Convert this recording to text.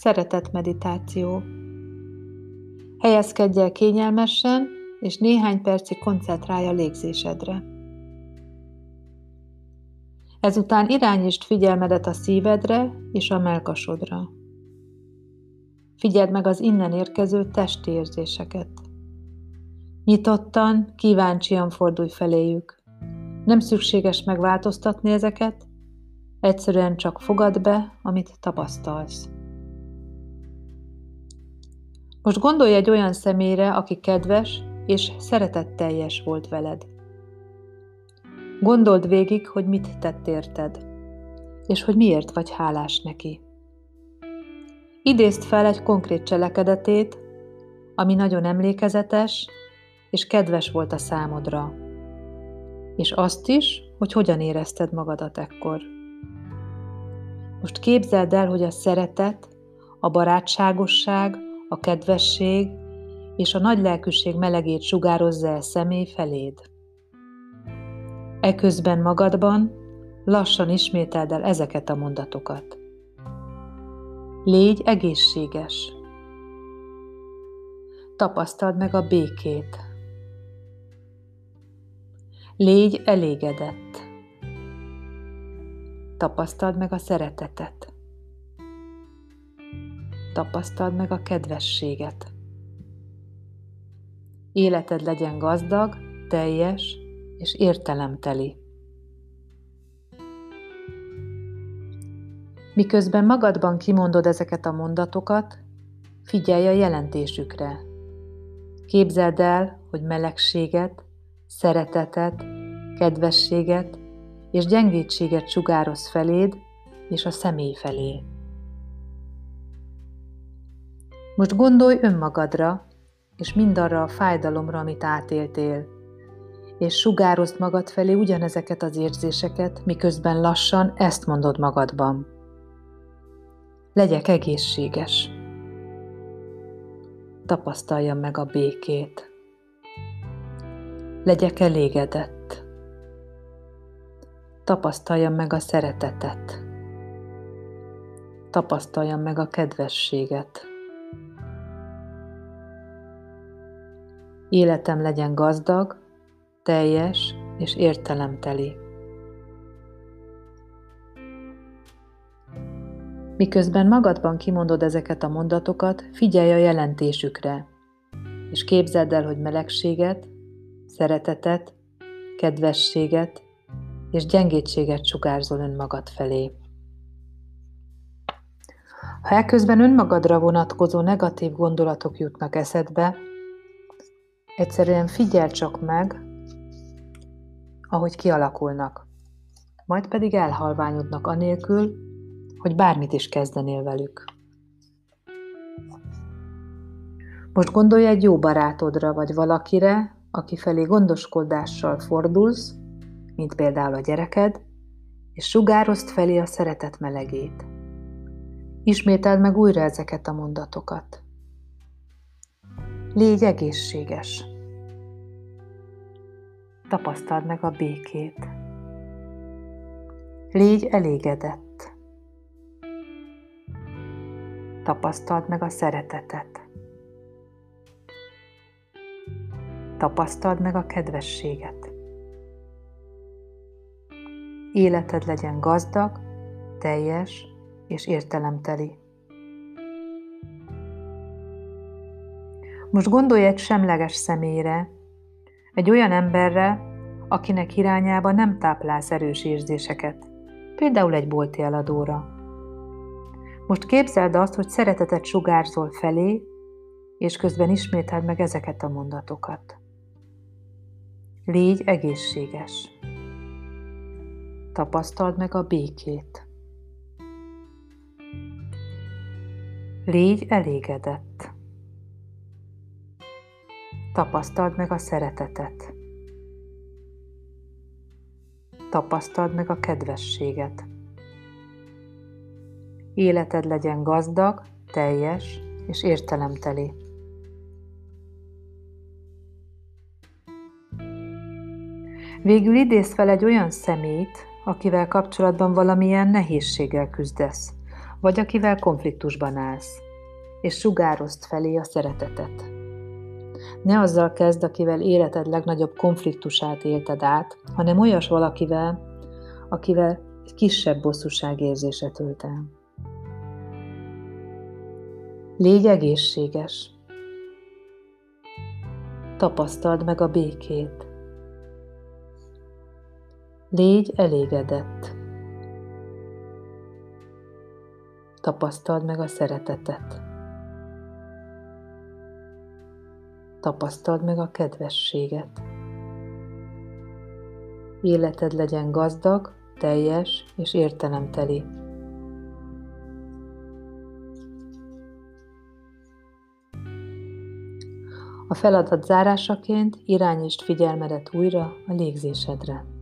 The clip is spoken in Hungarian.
Szeretet meditáció. Helyezkedj el kényelmesen, és néhány percig koncentrálj a légzésedre. Ezután irányítsd figyelmedet a szívedre és a mellkasodra. Figyeld meg az innen érkező testi érzéseket. Nyitottan, kíváncsian fordulj feléjük. Nem szükséges megváltoztatni ezeket, egyszerűen csak fogadd be, amit tapasztalsz. Most gondolj egy olyan személyre, aki kedves és szeretetteljes volt veled. Gondold végig, hogy mit tett érted, és hogy miért vagy hálás neki. Idézd fel egy konkrét cselekedetét, ami nagyon emlékezetes és kedves volt a számodra, és azt is, hogy hogyan érezted magadat ekkor. Most képzeld el, hogy a szeretet, a barátságosság, a kedvesség és a nagylelkűség melegét sugározza el személy feléd. Eközben magadban lassan ismételd el ezeket a mondatokat. Légy egészséges. Tapasztald meg a békét. Légy elégedett. Tapasztald meg a szeretetet. Tapasztald meg a kedvességet. Életed legyen gazdag, teljes és értelemteli. Miközben magadban kimondod ezeket a mondatokat, figyelj a jelentésükre. Képzeld el, hogy melegséget, szeretetet, kedvességet és gyengétséget sugároz feléd és a személy felé. Most gondolj önmagadra, és mindarra a fájdalomra, amit átéltél, és sugározd magad felé ugyanezeket az érzéseket, miközben lassan ezt mondod magadban. Legyek egészséges. Tapasztaljam meg a békét. Legyek elégedett. Tapasztaljam meg a szeretetet. Tapasztaljam meg a kedvességet. Életem legyen gazdag, teljes és értelemteli. Miközben magadban kimondod ezeket a mondatokat, figyelj a jelentésükre, és képzeld el, hogy melegséget, szeretetet, kedvességet és gyengétséget sugárzol önmagad felé. Ha eközben önmagadra vonatkozó negatív gondolatok jutnak eszedbe, egyszerűen figyeld csak meg, ahogy kialakulnak, majd pedig elhalványodnak anélkül, hogy bármit is kezdenél velük. Most gondolj egy jó barátodra vagy valakire, aki felé gondoskodással fordulsz, mint például a gyereked, és sugározd felé a szeretet melegét. Ismételd meg újra ezeket a mondatokat. Légy egészséges. Tapasztald meg a békét. Légy elégedett. Tapasztald meg a szeretetet. Tapasztald meg a kedvességet. Életed legyen gazdag, teljes és értelemteli. Most gondolj egy semleges személyre, egy olyan emberre, akinek irányába nem táplálsz erős érzéseket, például egy bolti eladóra. Most képzeld azt, hogy szeretetet sugárzol felé, és közben ismételd meg ezeket a mondatokat. Légy egészséges. Tapasztald meg a békét. Légy elégedett. Tapasztald meg a szeretetet. Tapasztald meg a kedvességet. Életed legyen gazdag, teljes és értelemteli. Végül idézz fel egy olyan személyt, akivel kapcsolatban valamilyen nehézséggel küzdesz, vagy akivel konfliktusban állsz, és sugározd felé a szeretetet. Ne azzal kezd, akivel életed legnagyobb konfliktusát élted át, hanem olyas valakivel, akivel egy kisebb bosszúságérzése tölt el. Légy egészséges. Tapasztald meg a békét. Légy elégedett. Tapasztald meg a szeretetet. Tapasztald meg a kedvességet. Életed legyen gazdag, teljes és értelemteli. A feladat zárásaként irányítsd figyelmedet újra a légzésedre.